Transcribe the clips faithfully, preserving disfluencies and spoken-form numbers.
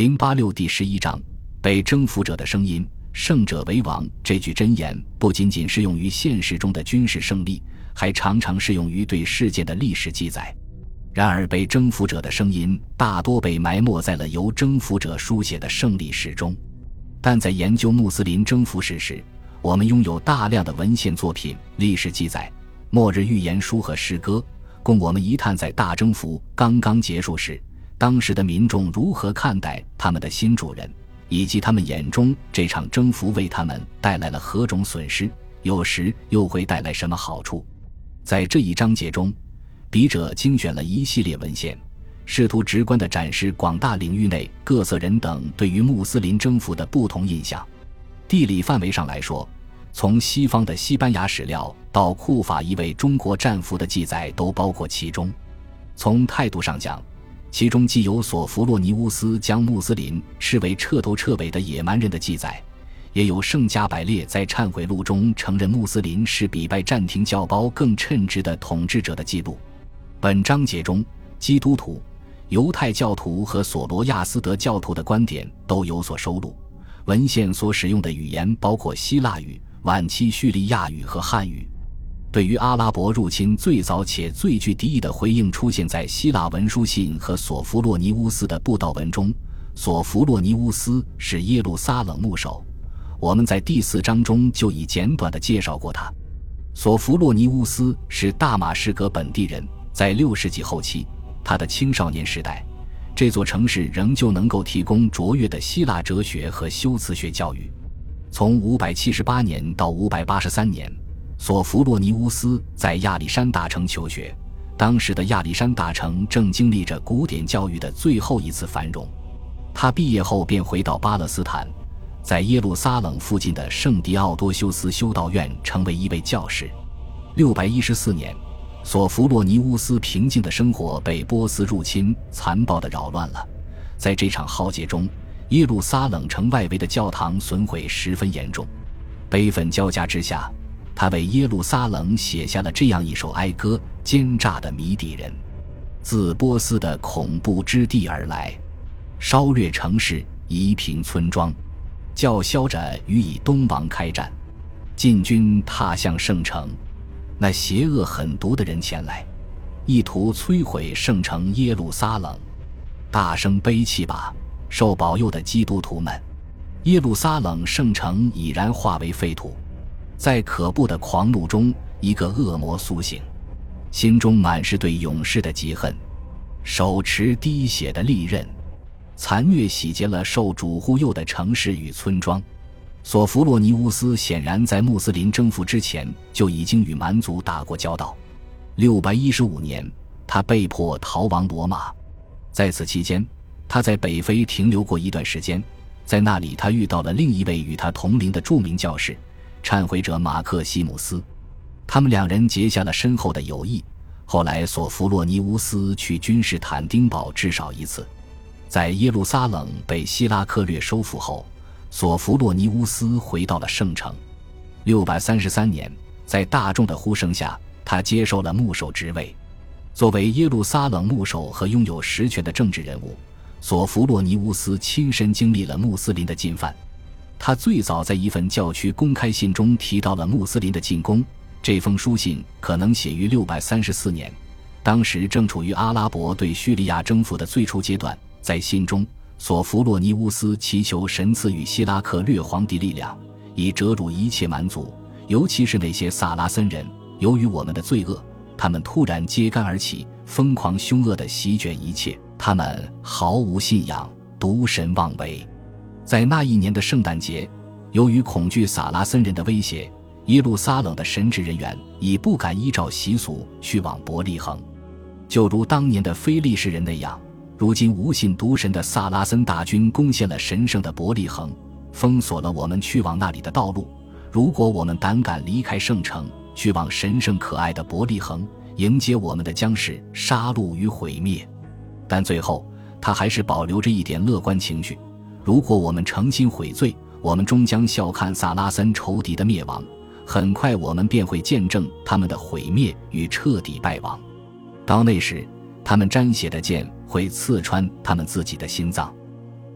零八六第十一章，被征服者的声音，胜者为王。这句箴言不仅仅适用于现实中的军事胜利，还常常适用于对事件的历史记载。然而被征服者的声音大多被埋没在了由征服者书写的胜利史中。但在研究穆斯林征服史时，我们拥有大量的文献作品、历史记载、末日预言书和诗歌，供我们一探在大征服刚刚结束时，当时的民众如何看待他们的新主人，以及他们眼中这场征服为他们带来了何种损失，有时又会带来什么好处。在这一章节中，笔者精选了一系列文献，试图直观地展示广大领域内各色人等对于穆斯林征服的不同印象。地理范围上来说，从西方的西班牙史料到库法一位中国战俘的记载都包括其中。从态度上讲，其中既有索弗洛尼乌斯将穆斯林视为彻头彻尾的野蛮人的记载，也有圣加百列在忏悔录中承认穆斯林是比拜占庭教胞更称职的统治者的记录。本章节中，基督徒、犹太教徒和索罗亚斯德教徒的观点都有所收录。文献所使用的语言包括希腊语、晚期叙利亚语和汉语。对于阿拉伯入侵最早且最具敌意的回应出现在希腊文书信和索弗洛尼乌斯的布道文中。索弗洛尼乌斯是耶路撒冷牧首，我们在第四章中就已简短地介绍过他。索弗洛尼乌斯是大马士革本地人，在六世纪后期，他的青少年时代，这座城市仍旧能够提供卓越的希腊哲学和修辞学教育。从五百七十八年到五百八十三年，索弗洛尼乌斯在亚历山大城求学，当时的亚历山大城正经历着古典教育的最后一次繁荣。他毕业后便回到巴勒斯坦，在耶路撒冷附近的圣迪奥多修斯修道院成为一位教士。六百一十四年，索弗洛尼乌斯平静的生活被波斯入侵残暴地扰乱了。在这场浩劫中，耶路撒冷城外围的教堂损毁十分严重。悲愤交加之下，他为耶路撒冷写下了这样一首哀歌：奸诈的米底人自波斯的恐怖之地而来，烧掠城市，夷平村庄，叫嚣着与以东王开战，进军踏向圣城。那邪恶狠毒的人前来，意图摧毁圣城耶路撒冷。大声悲泣吧，受保佑的基督徒们！耶路撒冷圣城已然化为废土。在可怖的狂怒中，一个恶魔苏醒，心中满是对勇士的嫉恨，手持滴血的利刃，残虐洗劫了受主护佑的城市与村庄。索弗洛尼乌斯显然在穆斯林征服之前就已经与蛮族打过交道。六百一十五年，他被迫逃亡罗马。在此期间，他在北非停留过一段时间，在那里他遇到了另一位与他同龄的著名教士忏悔者马克西姆斯，他们两人结下了深厚的友谊。后来索弗洛尼乌斯去君士坦丁堡至少一次。在耶路撒冷被希拉克略收复后，索弗洛尼乌斯回到了圣城。六百三十三年，在大众的呼声下，他接受了牧首职位。作为耶路撒冷牧首和拥有实权的政治人物，索弗洛尼乌斯亲身经历了穆斯林的进犯。他最早在一份教区公开信中提到了穆斯林的进攻，这封书信可能写于六百三十四年，当时正处于阿拉伯对叙利亚征服的最初阶段。在信中，索弗洛尼乌斯祈求神赐予希拉克略皇帝力量，以折辱一切蛮族，尤其是那些萨拉森人。由于我们的罪恶，他们突然揭竿而起，疯狂凶恶地席卷一切，他们毫无信仰，独神妄为。在那一年的圣诞节，由于恐惧萨拉森人的威胁，耶路撒冷的神职人员已不敢依照习俗去往伯利恒。就如当年的非利士人那样，如今无信独神的萨拉森大军攻陷了神圣的伯利恒，封锁了我们去往那里的道路。如果我们胆敢离开圣城，去往神圣可爱的伯利恒，迎接我们的将是杀戮与毁灭。但最后他还是保留着一点乐观情绪，如果我们诚心悔罪，我们终将笑看萨拉森仇敌的灭亡，很快我们便会见证他们的毁灭与彻底败亡。到那时，他们沾血的剑会刺穿他们自己的心脏。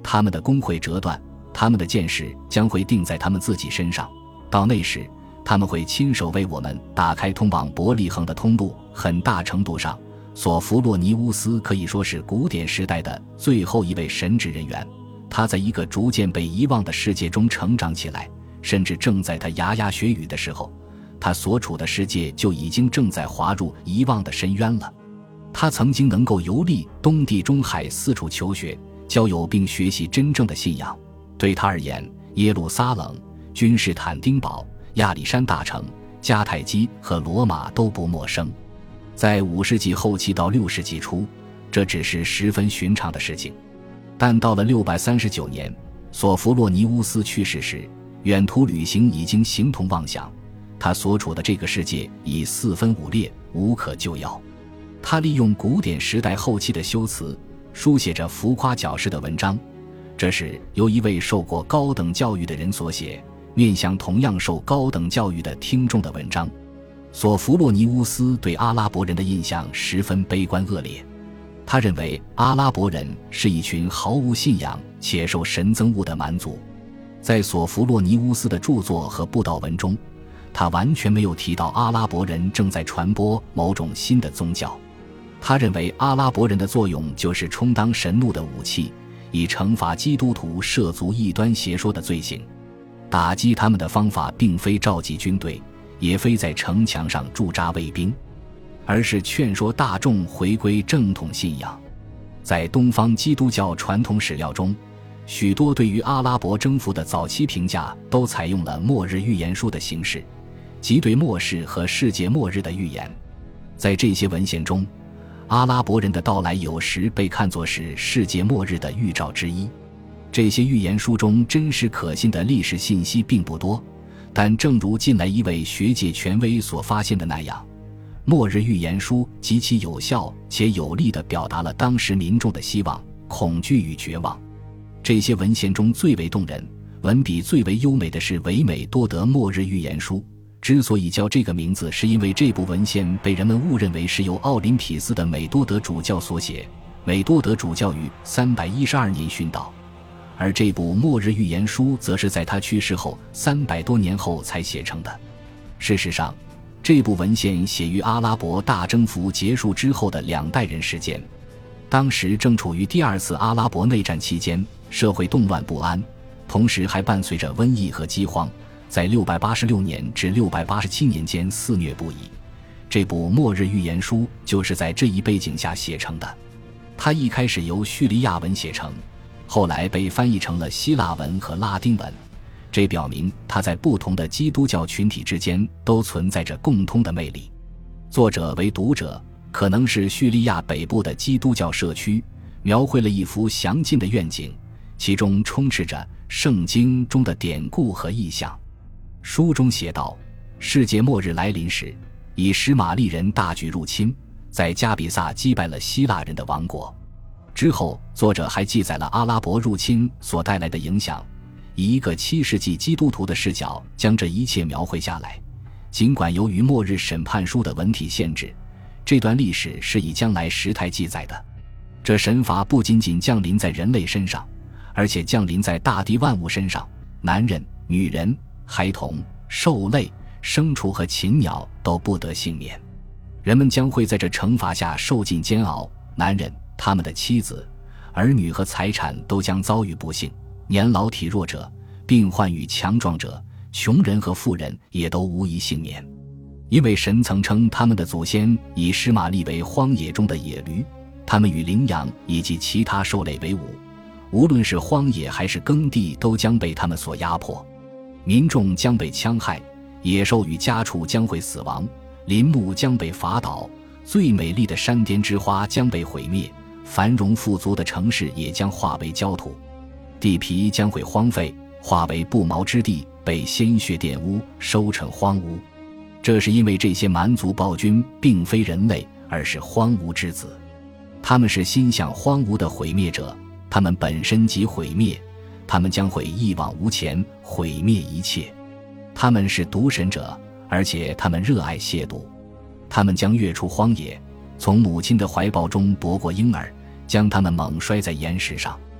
他们的工会折断，他们的剑士将会钉在他们自己身上。到那时，他们会亲手为我们打开通往伯利恒的通路。很大程度上，索弗洛尼乌斯可以说是古典时代的最后一位神职人员。他在一个逐渐被遗忘的世界中成长起来，甚至正在他牙牙学语的时候，他所处的世界就已经正在滑入遗忘的深渊了。他曾经能够游历东地中海，四处求学、交友并学习真正的信仰。对他而言，耶路撒冷、君士坦丁堡、亚历山大城、迦太基和罗马都不陌生。在五世纪后期到六世纪初，这只是十分寻常的事情。但到了六百三十九年，索弗洛尼乌斯去世时，远途旅行已经形同妄想，他所处的这个世界已四分五裂，无可救药。他利用古典时代后期的修辞，书写着浮夸矫饰的文章，这是由一位受过高等教育的人所写，面向同样受高等教育的听众的文章。索弗洛尼乌斯对阿拉伯人的印象十分悲观恶劣，他认为阿拉伯人是一群毫无信仰且受神憎恶的蛮族。在索弗洛尼乌斯的著作和布道文中，他完全没有提到阿拉伯人正在传播某种新的宗教。他认为阿拉伯人的作用就是充当神怒的武器，以惩罚基督徒涉足异端邪说的罪行。打击他们的方法并非召集军队，也非在城墙上驻扎卫兵，而是劝说大众回归正统信仰。在东方基督教传统史料中，许多对于阿拉伯征服的早期评价都采用了末日预言书的形式，即对末世和世界末日的预言。在这些文献中，阿拉伯人的到来有时被看作是世界末日的预兆之一。这些预言书中真实可信的历史信息并不多，但正如近来一位学界权威所发现的那样，末日预言书极其有效且有力地表达了当时民众的希望、恐惧与绝望。这些文献中最为动人、文笔最为优美的是维美多德末日预言书。之所以叫这个名字，是因为这部文献被人们误认为是由奥林匹斯的美多德主教所写。美多德主教于三百一十二年殉道，而这部末日预言书则是在他去世后三百多年后才写成的。事实上，这部文献写于阿拉伯大征服结束之后的两代人时间，当时正处于第二次阿拉伯内战期间，社会动乱不安，同时还伴随着瘟疫和饥荒，在六百八十六年至六百八十七年间肆虐不已。这部末日预言书就是在这一背景下写成的。它一开始由叙利亚文写成，后来被翻译成了希腊文和拉丁文，这表明它在不同的基督教群体之间都存在着共通的魅力。作者为读者，可能是叙利亚北部的基督教社区，描绘了一幅详尽的愿景，其中充斥着圣经中的典故和意象。书中写道，世界末日来临时，以实玛利人大举入侵，在加比萨击败了希腊人的王国。之后，作者还记载了阿拉伯入侵所带来的影响，以一个七世纪基督徒的视角将这一切描绘下来。尽管由于末日审判书的文体限制，这段历史是以将来时态记载的。这神罚不仅仅降临在人类身上，而且降临在大地万物身上，男人、女人、孩童、兽类、牲畜和禽鸟都不得幸免。人们将会在这惩罚下受尽煎熬，男人、他们的妻子、儿女和财产都将遭遇不幸，年老体弱者、病患与强壮者、穷人和富人也都无一幸免。因为神曾称他们的祖先以实玛利为荒野中的野驴，他们与羚羊以及其他兽类为伍，无论是荒野还是耕地都将被他们所压迫。民众将被戕害，野兽与家畜将会死亡，林木将被伐倒，最美丽的山巅之花将被毁灭，繁荣富足的城市也将化为焦土，地皮将会荒废，化为不毛之地，被鲜血玷污，收成荒芜。这是因为这些蛮族暴君并非人类，而是荒芜之子，他们是心向荒芜的毁灭者，他们本身即毁灭，他们将会一往无前，毁灭一切。他们是毒神者，而且他们热爱亵渎。他们将跃出荒野，从母亲的怀抱中夺过婴儿，将他们猛摔在岩石上。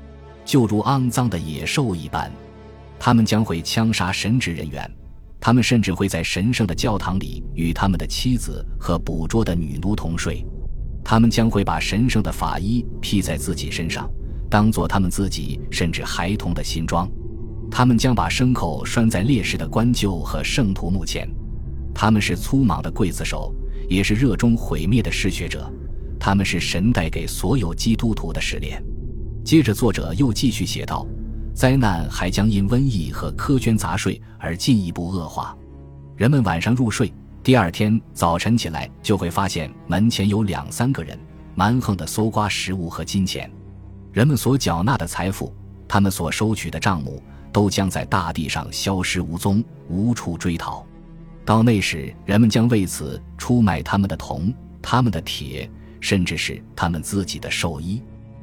就如肮脏的野兽一般。他们将会枪杀神职人员，他们甚至会在神圣的教堂里与他们的妻子和捕捉的女奴同睡。他们将会把神圣的法衣披在自己身上，当作他们自己甚至孩童的新装。他们将把牲口拴在烈士的棺柩和圣徒墓前。他们是粗莽的刽子手，也是热衷毁灭的嗜血者。他们是神带给所有基督徒的试炼。接着作者又继续写道，灾难还将因瘟疫和苛捐杂税而进一步恶化。人们晚上入睡，第二天早晨起来就会发现门前有两三个人蛮横地搜刮食物和金钱。人们所缴纳的财富，他们所收取的账目，都将在大地上消失无踪，无处追讨。到那时，人们将为此出卖他们的铜、他们的铁，甚至是他们自己的寿衣。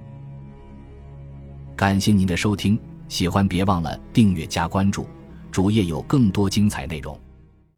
感谢您的收听，喜欢别忘了订阅加关注，主页有更多精彩内容。